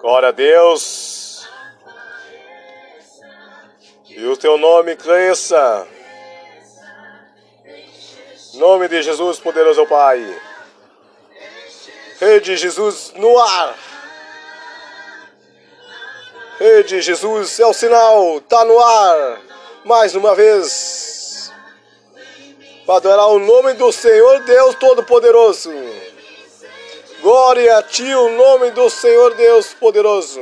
Glória a Deus. E o teu nome cresça. Em nome de Jesus, poderoso Pai. Rede Jesus no ar. Rede Jesus é o sinal, tá no ar. Mais uma vez. Para adorar o nome do Senhor Deus Todo-Poderoso. Glória a ti, o nome do Senhor Deus Poderoso.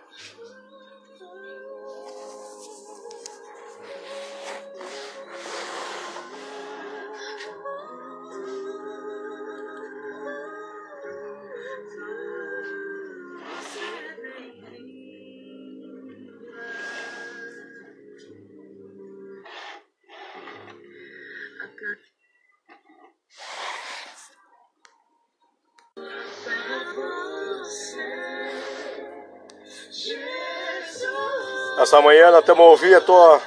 Essa manhã nós temos ouvido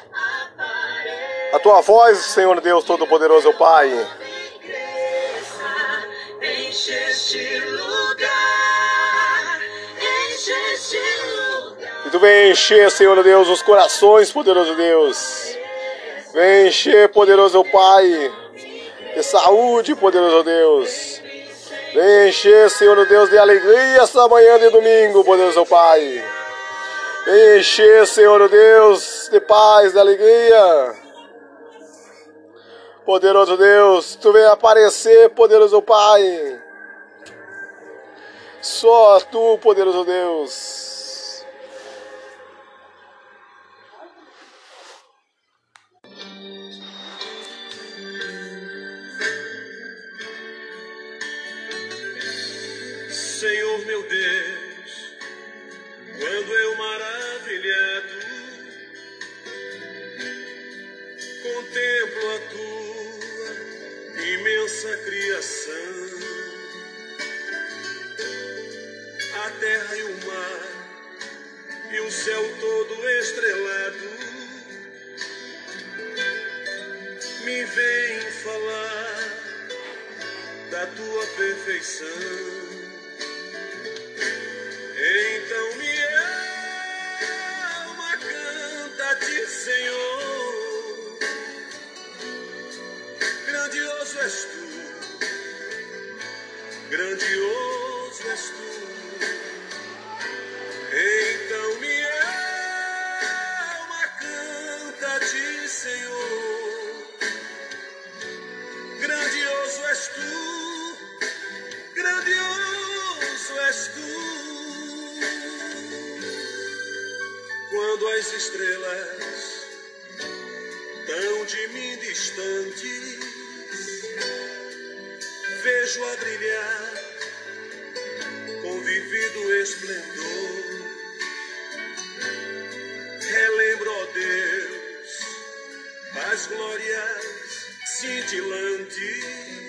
a tua voz, Senhor Deus Todo-Poderoso, Pai. E tu vem encher, Senhor Deus, os corações, poderoso Deus. Vem encher, poderoso Pai, de saúde, poderoso Deus. Vem encher, Senhor Deus, de alegria essa manhã de domingo, poderoso Pai. Vem encher, Senhor Deus, de paz, de alegria. Poderoso Deus, tu vem aparecer, poderoso Pai. Só tu, poderoso Deus. Senhor meu Deus, quando eu maravilhado contemplo a tua imensa criação, a terra e o mar e o céu todo estrelado, me vem falar da tua perfeição. Então minha alma canta-te, Senhor. Grandioso és tu, grandioso és tu. Então minha alma canta-te, Senhor. Grandioso és tu, grandioso és tu. Quando as estrelas tão de mim distantes vejo a brilhar com vivido esplendor, relembro, ó Deus, as glórias cintilantes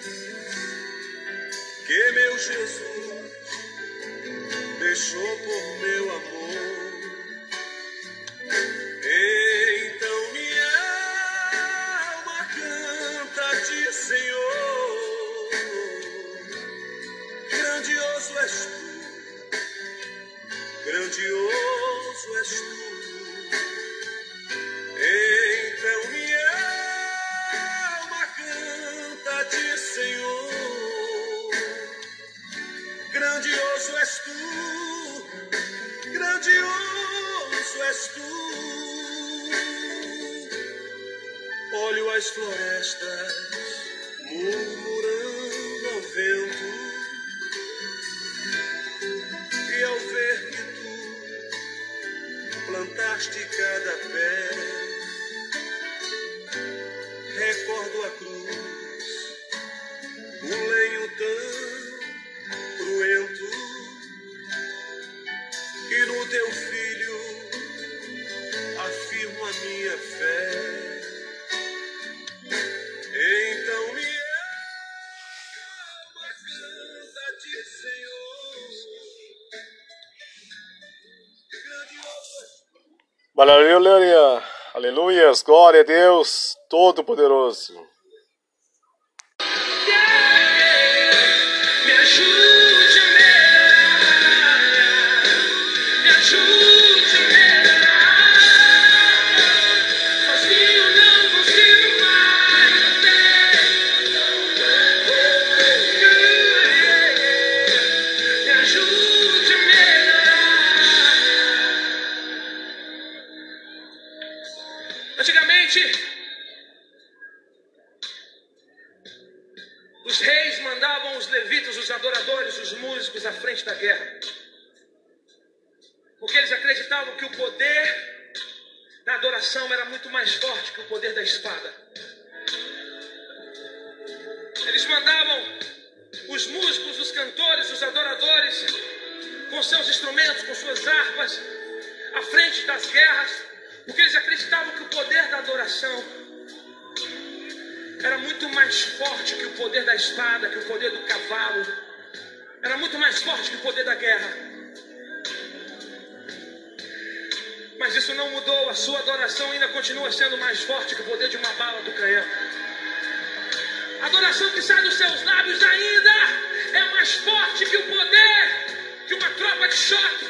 que meu Jesus deixou por meu amor. Então minha alma canta-te, Senhor. Grandioso és tu, grandioso és tu. Então minha alma canta-te, Senhor. Grandioso és tu, grandioso és tu. Olho as florestas murmurando ao vento, e ao ver que tu plantaste cada pé, recordo a cruz, o lenho tão cruento, e no teu filho afirmo a minha fé. Então minha alma canta-te, Senhor. Aleluia, aleluias, glória a Deus Todo-Poderoso. Me ajude a melhorar. cantores, os músicos à frente da guerra. Porque eles acreditavam que o poder da adoração era muito mais forte que o poder da espada. Eles mandavam os músicos, os cantores, os adoradores, com seus instrumentos, com suas harpas, à frente das guerras, porque eles acreditavam que o poder da adoração era muito mais forte que o poder da espada, que o poder do cavalo, era muito mais forte que o poder da guerra. Mas isso não mudou, a sua adoração ainda continua sendo mais forte que o poder de uma bala do canhão. A adoração que sai dos seus lábios ainda é mais forte que o poder de uma tropa de choque.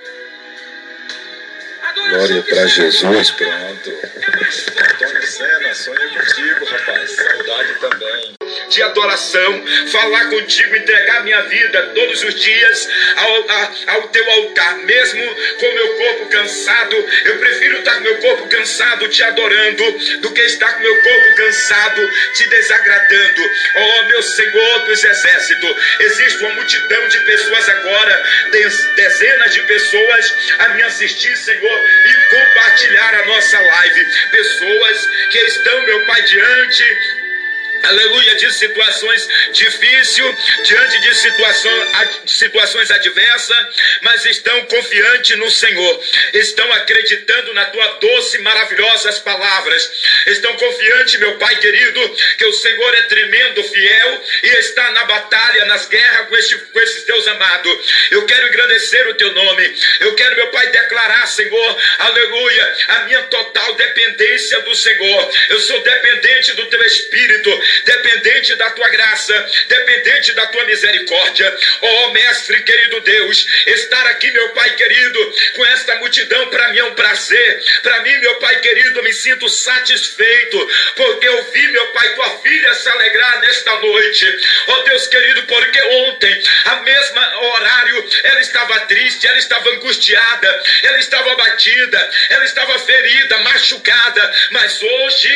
Glória pra Jesus, pronto. Antônio Sena, sonho contigo, rapaz. Saudade também. De adoração, falar contigo, entregar minha vida todos os dias ao teu altar, mesmo com meu corpo cansado. Eu prefiro estar com meu corpo cansado te adorando do que estar com meu corpo cansado te desagradando. Oh, meu Senhor dos exércitos, existe uma multidão de pessoas agora, dezenas de pessoas a me assistir, Senhor, e compartilhar a nossa live. Pessoas que estão, meu Pai, diante, aleluia, de situações difíceis, diante de situações adversas, mas estão confiantes no Senhor, estão acreditando na tua doce e maravilhosas palavras, estão confiantes, meu Pai querido, que o Senhor é tremendo, fiel e está na batalha, nas guerras com esses teus amados. Eu quero engrandecer o teu nome, eu quero, meu Pai, declarar, Senhor, aleluia, a minha total dependência do Senhor. Eu sou dependente do teu Espírito, dependente da tua graça, dependente da tua misericórdia. Oh, mestre querido Deus, estar aqui, meu Pai querido, com esta multidão, para mim é um prazer. Para mim, meu Pai querido, eu me sinto satisfeito, porque eu vi, meu Pai, tua filha se alegrar nesta noite. Oh, Deus querido, porque ontem, a mesma horário, ela estava triste, ela estava angustiada, ela estava abatida, ela estava ferida, machucada, mas hoje,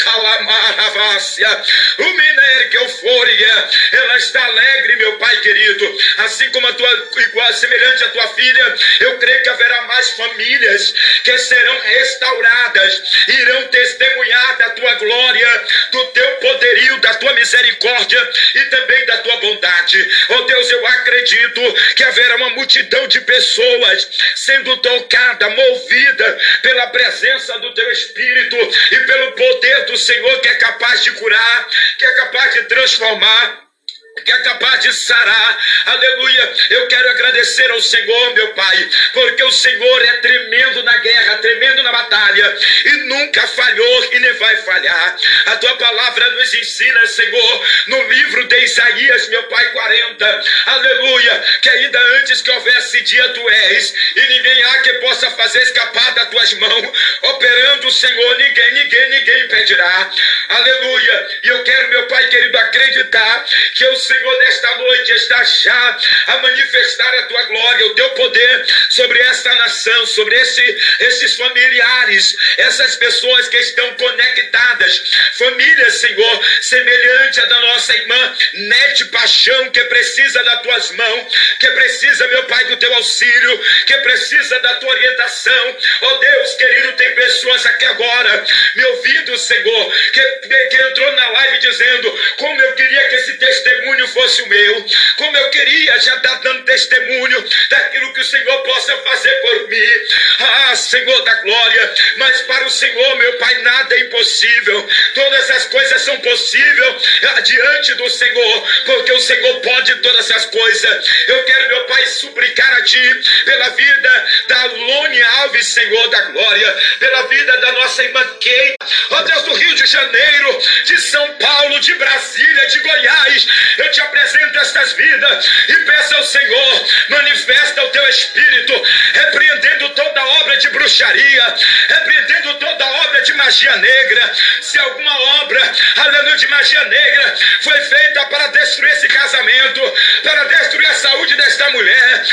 o minério que euforia, ela está alegre, meu Pai querido, assim como a tua, igual, semelhante à tua filha. Eu creio que haverá mais famílias que serão restauradas, irão testemunhar da tua glória, do teu poderio, da tua misericórdia e também da tua bondade. Oh Deus, eu acredito que haverá uma multidão de pessoas sendo tocada, movida pela presença do teu Espírito e pelo poder do Senhor, que é capaz de curar, que é capaz de transformar, que é capaz de sarar. Aleluia. Eu quero agradecer ao Senhor, meu Pai, porque o Senhor é tremendo na guerra, tremendo na batalha, e nunca falhou e nem vai falhar. A tua palavra nos ensina, Senhor, no livro de Isaías, meu Pai, 40, aleluia, que ainda antes que houvesse dia tu és, e ninguém há que possa fazer escapar das tuas mãos. Operando, Senhor, ninguém impedirá. Aleluia. E eu quero, meu Pai querido, acreditar que o Senhor nesta noite está já a manifestar a tua glória, o teu poder sobre esta nação, sobre esses familiares, essas pessoas que estão conectadas, famílias, Senhor, semelhante à da nossa irmã Nete Paixão, que precisa das tuas mãos, que precisa, meu Pai, do teu auxílio, que precisa da tua orientação. Oh Deus querido, tem pessoas aqui agora me ouvindo, Senhor, que entrou na live dizendo: como eu queria que esse testemunho fosse o meu, como eu queria já estar dando testemunho daquilo que o Senhor possa fazer por mim. Ah, Senhor da glória, mas para o Senhor, meu Pai, nada é impossível, todas as coisas são possíveis diante do Senhor, porque o Senhor pode todas as coisas. Eu quero, meu Pai, suplicar a Ti pela vida da Lone Alves, Senhor da glória, pela vida da nossa irmã Kay, ó Deus, do Rio de Janeiro, de São Paulo, de Brasília, de Goiás. Eu te apresento estas vidas e peço ao Senhor, manifesta o teu Espírito, repreendendo toda obra de bruxaria, repreendendo toda obra de magia negra. Se alguma obra, aleluia, de magia negra foi feita para destruir esse casamento, para destruir a saúde desta mulher, a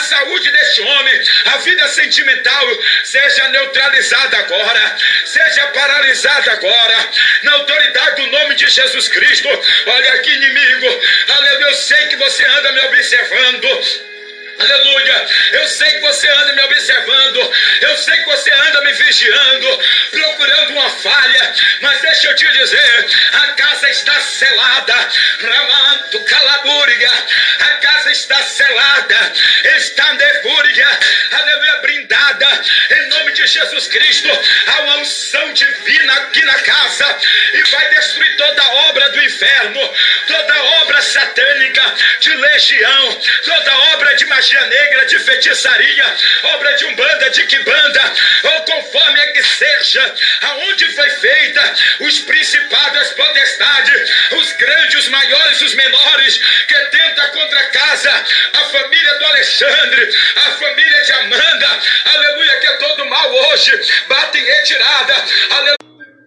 saúde deste homem, a vida sentimental, seja neutralizada agora, seja paralisada agora, na autoridade do nome de Jesus Cristo. Olha aqui, inimigo, aleluia, eu sei que você anda me observando. Aleluia, eu sei que você anda me observando, eu sei que você anda me vigiando, procurando uma falha, mas deixa eu te dizer, a casa está selada, Ramanto Calabúriga, a casa está selada, está nebúriga, aleluia, brindada, em nome de Jesus Cristo. Há uma unção divina aqui na casa e vai destruir toda a obra do inferno, toda obra satânica de legião, toda obra de magia negra, de feitiçaria, obra de umbanda, de quibanda, ou conforme é que seja, aonde foi feita, os principados, as potestades, os grandes, os maiores, os menores, que tenta contra a casa, a família do Alexandre, a família de Amanda, aleluia, que é todo mal hoje, bate em retirada, aleluia.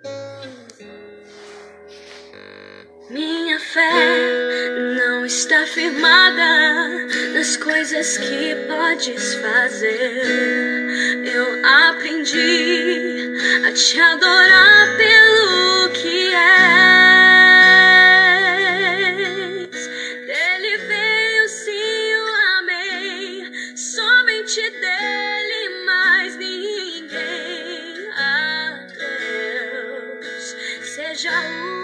Minha fé não está firmada nas coisas que podes fazer. Eu aprendi a te adorar pelo que és. Dele veio sim o amém, somente dele, mais ninguém. A Deus seja o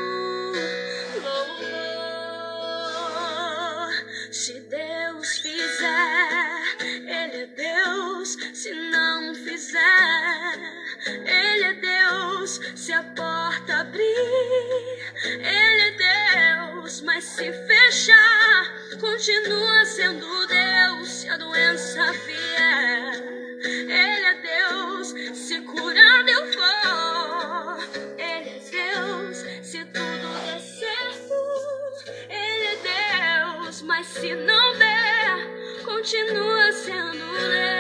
se Deus fizer, Ele é Deus. Se não fizer, Ele é Deus. Se a porta abrir, Ele é Deus. Mas se fechar, continua sendo Deus. Se a doença vier, Ele é Deus. Se curado eu for, Ele é Deus. Se tudo der certo, Ele é Deus. Mas se não der, continua sendo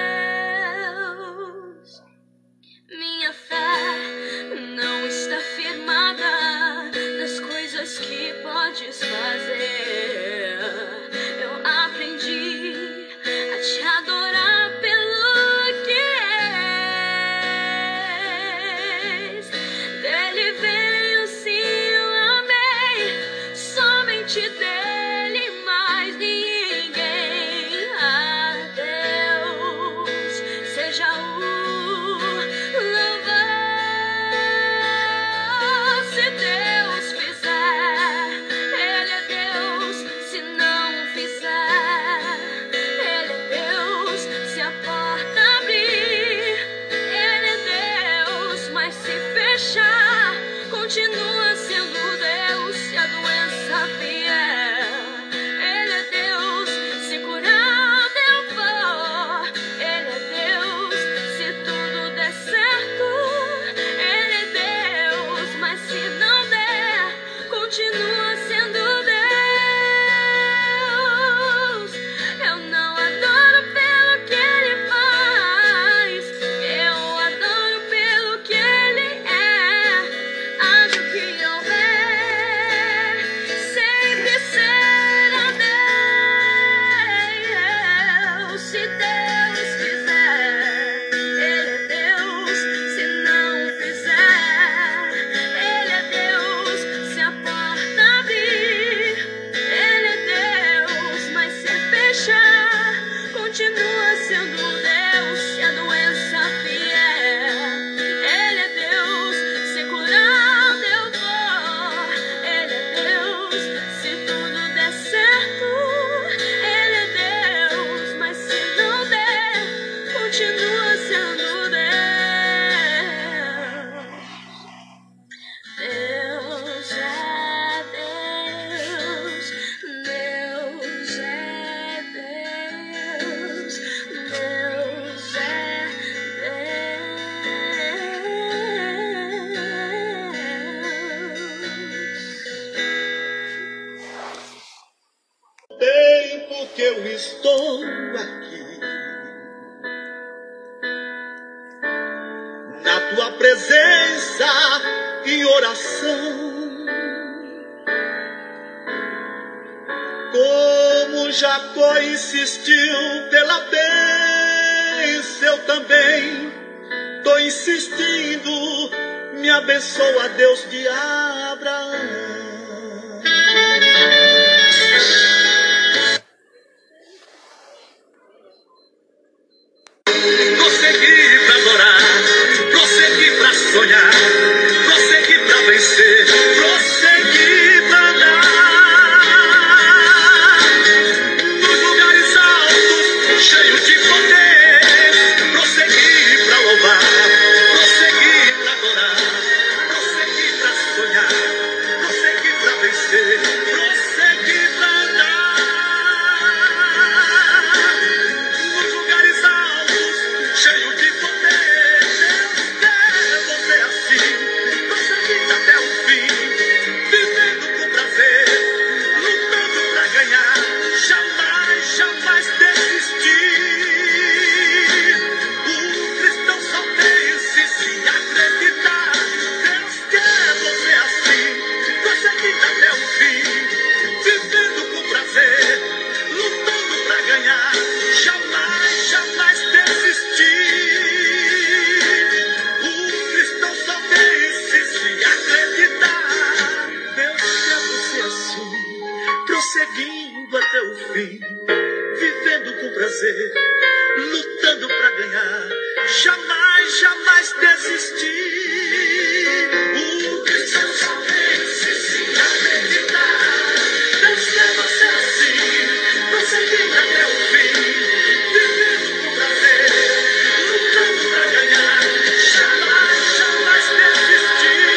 Deus. Minha fé não está firmada nas coisas que podes fazer. Eu aprendi a te adorar pelo que és. Dele veio sim o amém, somente dele, mais ninguém. A Deus seja o louvor. Se Deus fizer, Ele é Deus. Se não fizer, Ele é Deus. Se a porta abrir, Ele é Deus. Mas se fechar, continua sendo Deus. Se a doença vier, Ele é Deus. Se curado eu for, Ele é Deus. Se tudo der certo, Ele é Deus. Mas se não der, continua sendo Deus. Eu não adoro pelo que Ele faz, eu adoro pelo que Ele é. Haja o que houver, sempre será Deus. Se Deus fizer, Ele é Deus. Se não fizer, Ele é Deus. Se a porta abrir, Ele é Deus. Mas se fechar, continua sendo Deus. Se a doença vier, Ele é Deus. Se curado eu for, Ele é Deus. Se tudo der certo, Ele é Deus. Mas se não der, continua sendo Deus. Deus é Deus. Deus é Deus. Deus é Deus. Tempo que eu estou aqui, na tua presença em oração, como Jacó insistiu pela bênção, eu também tô insistindo. Me abençoa, Deus de Abraão. Prossegui pra adorar, prossegui pra sonhar, prossegui pra vencer, prossegui pra andar nos lugares altos, cheios de poder. Prossegui pra louvar, prossegui pra adorar, prossegui pra sonhar, prossegui pra vencer, prossegui pra andar nos lugares altos, cheio de poder. Deus quer você assim, prosseguindo até o fim, vivendo com prazer, lutando pra ganhar, jamais, jamais desistir. O cristão só vence se acreditar. Deus quer você assim, prosseguindo até o fim, vivendo com prazer, lutando pra ganhar, jamais, jamais desistir. O cristão só vence se acreditar. Deus quer você assim, prosseguindo até o fim, vivendo com prazer, lutando pra ganhar, jamais, jamais desistir. O cristão só vence se acreditar. Deus quer você assim, prosseguindo até o fim, vivendo com prazer, lutando pra ganhar, jamais, jamais desistir.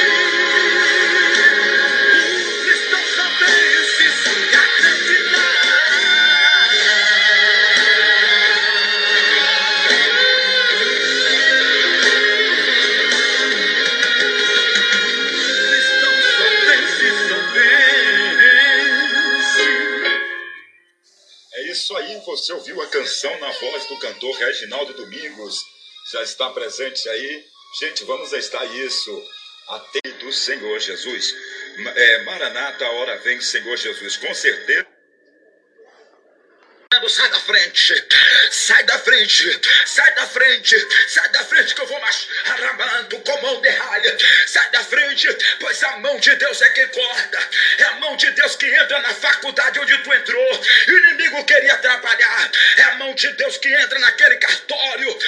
O cristão só vence se acreditar. Cristão só vence, só vence. É isso aí, você ouviu a canção na voz do cantor Reginaldo Domingos. Já está presente aí. Gente, vamos estar isso. Até do Senhor Jesus. Maranata, a hora vem, Senhor Jesus. Com certeza. Sai da frente, sai da frente, sai da frente, sai da frente que eu vou mais arramando com mão de raia. Sai da frente, pois a mão de Deus é quem corta. É a mão de Deus que entra na faculdade onde tu entrou. E o inimigo queria atrapalhar. É a mão de Deus que entra naquele cartório.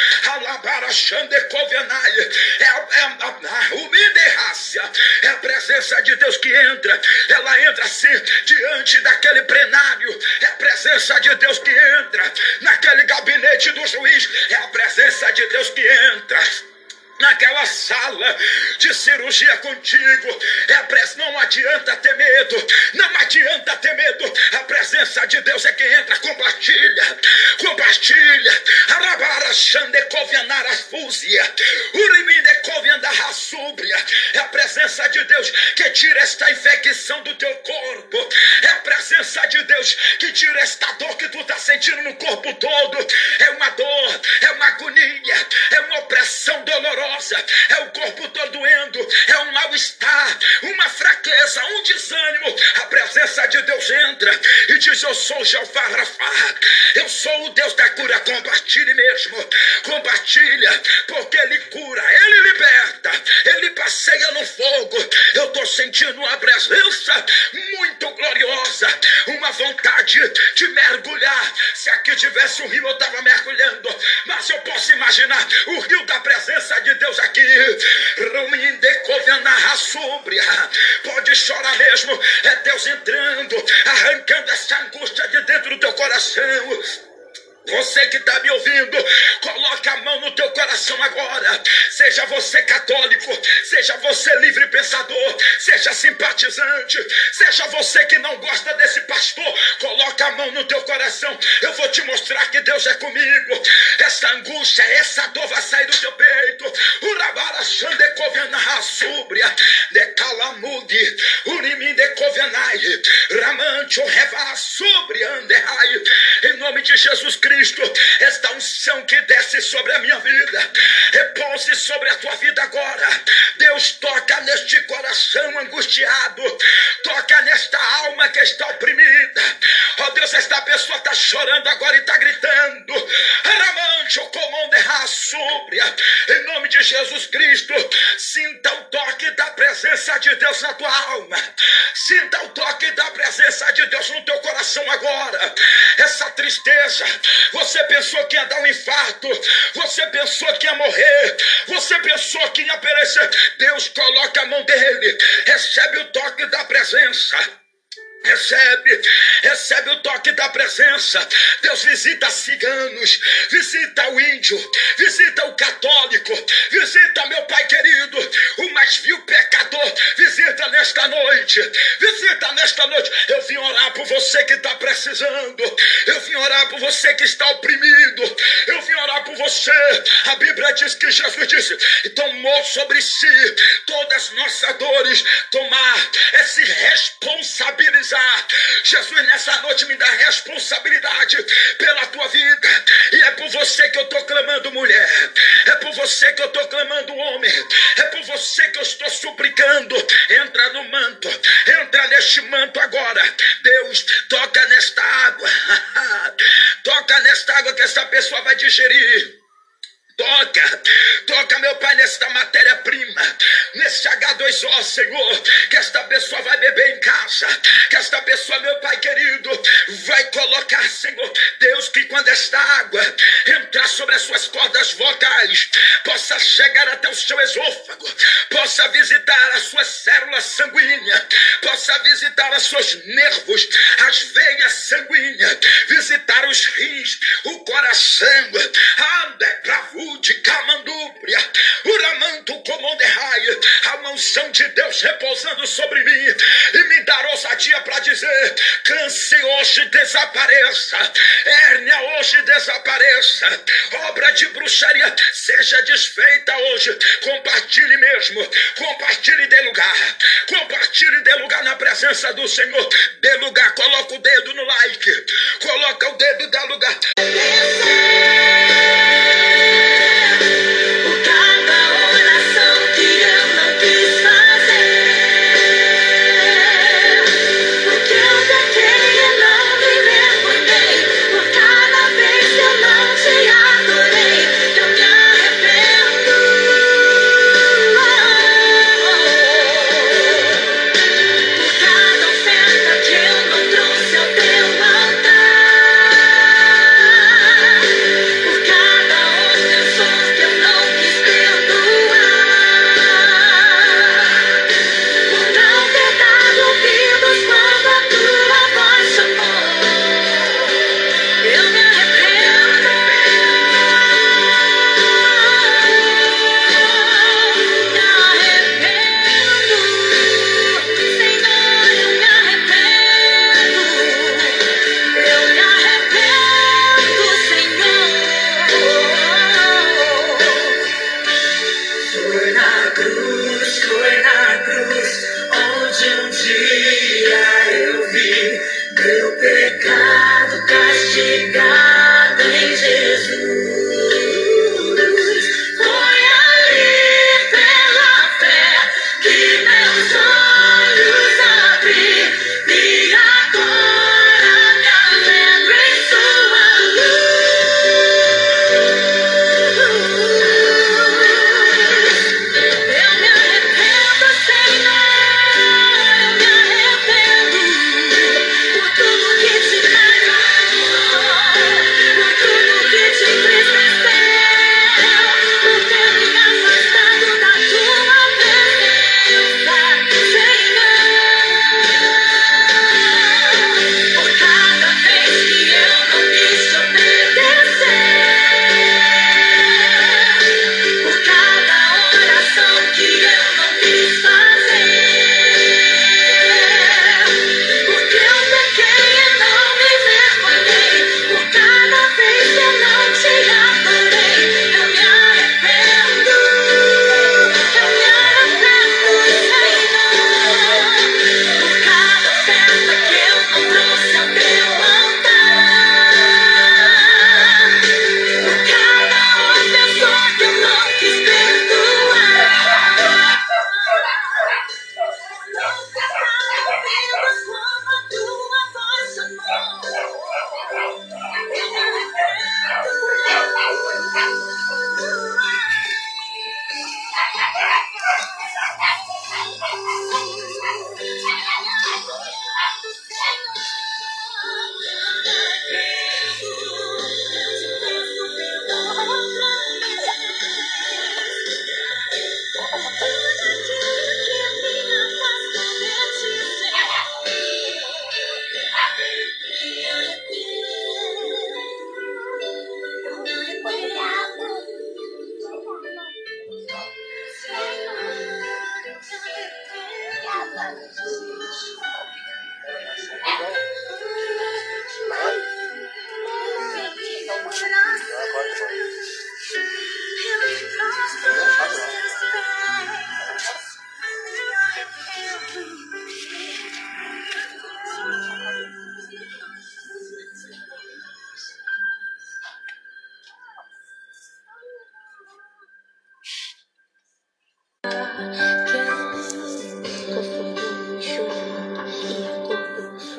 É a presença de Deus que entra. Ela entra assim diante daquele plenário. É a presença de Deus que entra naquele gabinete do juiz. É a presença de Deus que entra naquela sala de cirurgia contigo. Não adianta ter medo, não adianta ter medo. A presença de Deus é quem entra. Compartilha, compartilha. É a presença de Deus que tira esta infecção do teu corpo. É a presença de Deus que tira esta dor que tu está sentindo no corpo todo. É uma dor, é uma agonia, é uma opressão dolorosa. É o corpo todo doendo, é um mal-estar, uma fraqueza, um desânimo. A presença de Deus entra e diz: eu sou Jeová Rafá, eu sou o Deus da cura. Compartilhe mesmo, compartilha, porque Ele cura, Ele liberta, Ele passeia no fogo. Eu estou sentindo uma presença muito gloriosa, uma vontade de mergulhar. Se aqui tivesse um rio eu estava mergulhando, mas eu posso imaginar o rio da presença de Deus aqui. Pode chorar mesmo, é Deus entrando, arrancando essa angústia de dentro do teu coração. Você que está me ouvindo, coloca a mão no teu coração agora. Seja você católico, seja você livre pensador, seja simpatizante, seja você que não gosta desse pastor, coloca a mão no teu coração. Eu vou te mostrar que Deus é comigo. Essa angústia, essa dor vai sair do teu peito. Em nome de Jesus Cristo, esta unção que desce sobre a minha vida, repouse sobre a tua vida agora. Deus, toca neste coração angustiado, toca nesta alma que está oprimida. Ó Deus, esta pessoa está chorando agora e está gritando. Em nome de Jesus Cristo, sinta o toque da presença de Deus na tua alma. Sinta o toque da presença de Deus no teu coração agora. Essa tristeza, você pensou que ia dar um infarto, você pensou que ia morrer, você pensou que ia perecer. Deus coloca a mão dele, recebe o toque da presença. Recebe o toque da presença. Deus visita ciganos, visita o índio, visita o católico, visita meu pai querido, o mais vil pecador. Visita nesta noite, visita nesta noite. Eu vim orar por você que está precisando, eu vim orar por você que está oprimido, eu vim orar por você. A Bíblia diz que Jesus disse: e tomou sobre si todas as nossas dores. Tomar é se responsabilizar. Jesus nessa noite me dá responsabilidade pela tua vida. E é por você que eu estou clamando, mulher. É por você que eu estou clamando, homem. É por você que eu estou suplicando. Entra no manto, entra neste manto agora. Deus, toca nesta água. Toca nesta água que essa pessoa vai digerir. Toca, meu Pai, nesta matéria-prima, nesse H2O, Senhor, que esta pessoa vai beber em casa, que esta pessoa, meu Pai querido, vai colocar, Senhor, Deus, que quando esta água entrar sobre as suas cordas vocais, possa chegar até o seu esôfago, possa visitar as suas células sanguíneas, possa visitar os seus nervos, as veias sanguíneas, visitar os rins, o coração, de Camandúbria, Uramanto Comonderraia, a unção de Deus repousando sobre mim e me dar ousadia para dizer: câncer hoje desapareça, hérnia hoje desapareça, obra de bruxaria seja desfeita hoje. Compartilhe mesmo, compartilhe e dê lugar, compartilhe e dê lugar na presença do Senhor. Dê lugar, coloca o dedo no like, coloca o dedo e dá lugar.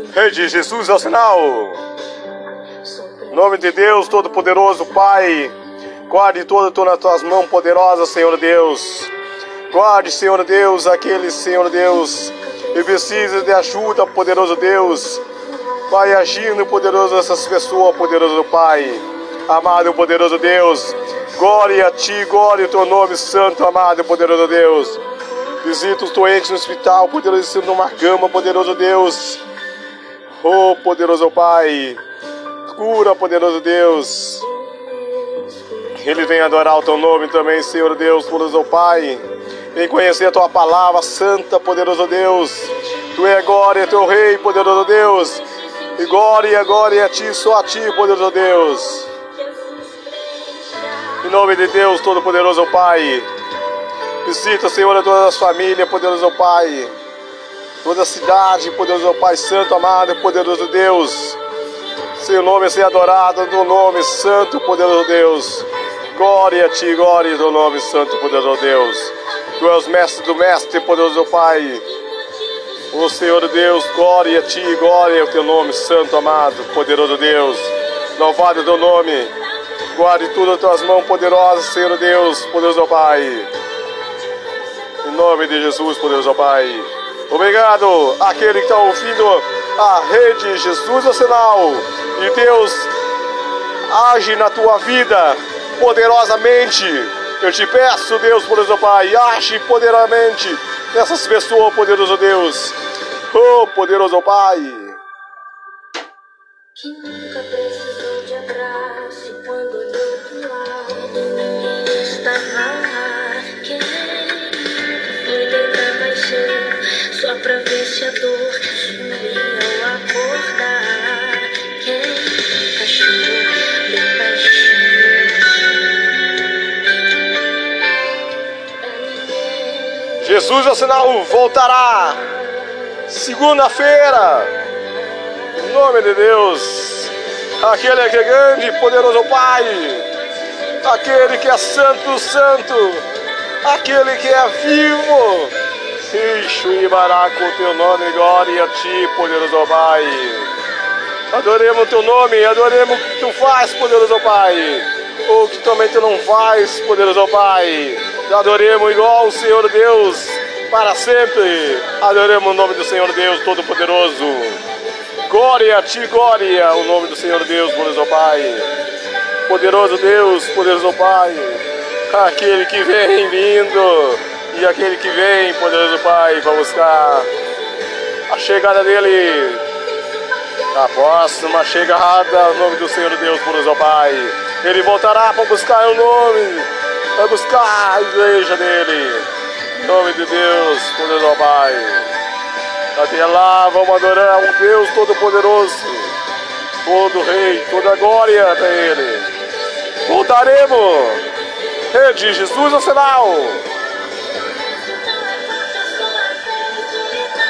Rei de Jesus é o sinal. Em nome de Deus Todo-Poderoso, Pai, guarde todo nas tuas mãos poderosas, Senhor Deus. Guarde, Senhor Deus, aquele, Senhor Deus, que precisa de ajuda, poderoso Deus. Vai agindo, poderoso, essas pessoas, poderoso Pai. Amado, poderoso Deus. Glória a Ti, glória ao Teu nome santo, amado, poderoso Deus. Visita os doentes no hospital, poderoso, numa cama, poderoso Deus. Oh, poderoso Pai. Cura, poderoso Deus. Ele vem adorar o Teu nome também, Senhor Deus, poderoso Pai. Vem conhecer a Tua palavra santa, poderoso Deus. Tu é glória, Teu Rei, poderoso Deus. E glória a Ti, só a Ti, poderoso Deus. Em nome de Deus Todo-Poderoso, Pai. Visita, Senhor, todas as famílias, poderoso Pai. Toda a cidade, poderoso Pai Santo, amado, poderoso Deus. Seu nome seja adorado, no nome santo, poderoso Deus. Glória a Ti, glória ao nome santo, poderoso Deus. Tu és o mestre do mestre, poderoso Pai. Ó Senhor Deus, glória a Ti, glória ao Teu nome santo, amado, poderoso Deus. Louvado é o Teu nome. Guarde tudo nas Tuas mãos poderosas, Senhor Deus, poderoso Pai. Em nome de Jesus, poderoso Pai. Obrigado àquele que está ouvindo a rede Jesus é o sinal. E Deus age na tua vida poderosamente. Eu te peço, Deus, poderoso Pai, age poderosamente nessas pessoas, poderoso Deus. Oh, poderoso Pai. Que nunca precisou de abraço e quando olhou pro lado ninguém estava lá. Quem foi deitar paixão só pra ver se a dor sumia ao acordar. Quem nunca chorou de paixão. Jesus é o sinal, voltará segunda-feira. Em nome de Deus, aquele que é grande, poderoso Pai, aquele que é santo, santo, aquele que é vivo. Ixo e baraco, o Teu nome, glória a Ti, poderoso Pai. Adoremos o Teu nome, adoremos o que Tu faz, poderoso Pai, ou o que também Tu não faz, poderoso Pai. Adoremos igual o Senhor Deus para sempre. Adoremos o nome do Senhor Deus Todo-Poderoso. Glória a Ti, glória ao nome do Senhor Deus, poderoso Pai. Poderoso Deus, poderoso Pai. Aquele que vem vindo e aquele que vem, poderoso Pai, para buscar a chegada dele. A próxima chegada ao nome do Senhor Deus, poderoso Pai. Ele voltará para buscar o nome, para buscar a igreja dele. Em nome de Deus, poderoso Pai. Até lá, vamos adorar um Deus Todo-Poderoso, todo Rei, toda glória para Ele. Voltaremos. Rede Jesus é o sinal.